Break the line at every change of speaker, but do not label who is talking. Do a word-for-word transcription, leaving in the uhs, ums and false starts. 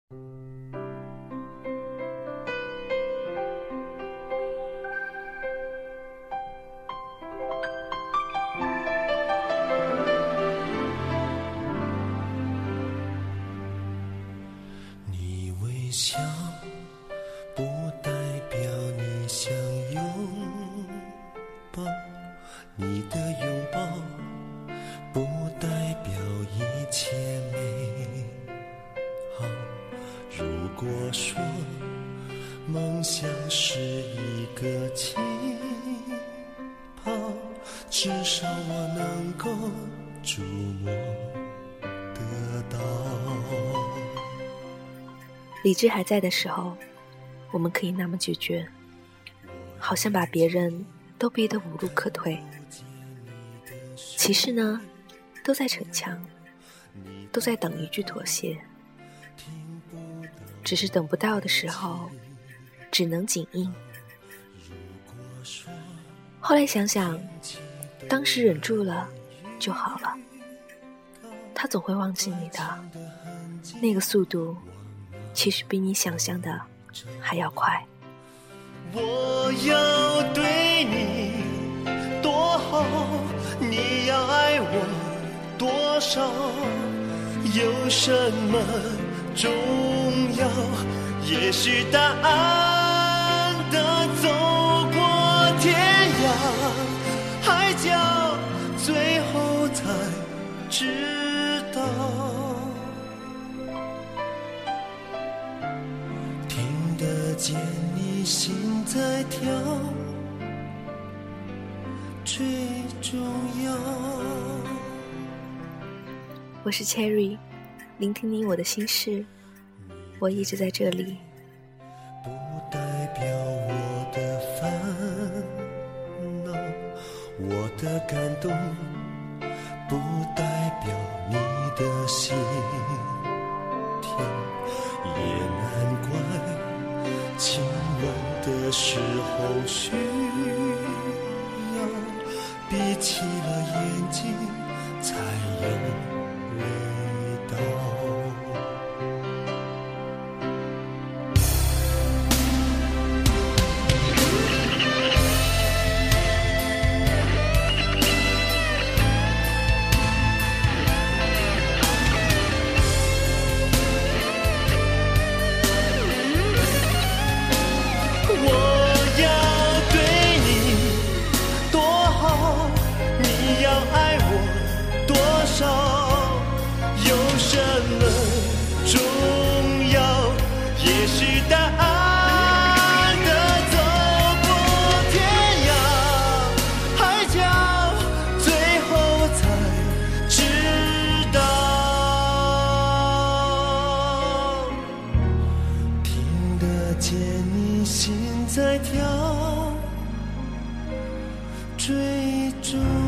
你微笑不代表你想拥抱，你的拥抱不代表一切美好。如果说梦想是一个气泡，至少我能够触摸得到。
理智还在的时候，我们可以那么决绝，好像把别人都逼得无路可退。其实呢，都在逞强，都在等一句妥协，只是等不到的时候，只能紧硬。后来想想，当时忍住了就好了，他总会忘记你的，那个速度其实比你想象的还要快。
我要对你多好，你要爱我多少，有什么重要？也许答案的走过天涯海角，最后才知道。听得见你心在跳，最重要。
我是 Cherry， 聆听你我的心事，我一直在这里。
不代表我的烦恼，我的感动不代表你的心跳，也难怪亲吻的时候需要闭起了眼睛才有味道。见你心在跳，最终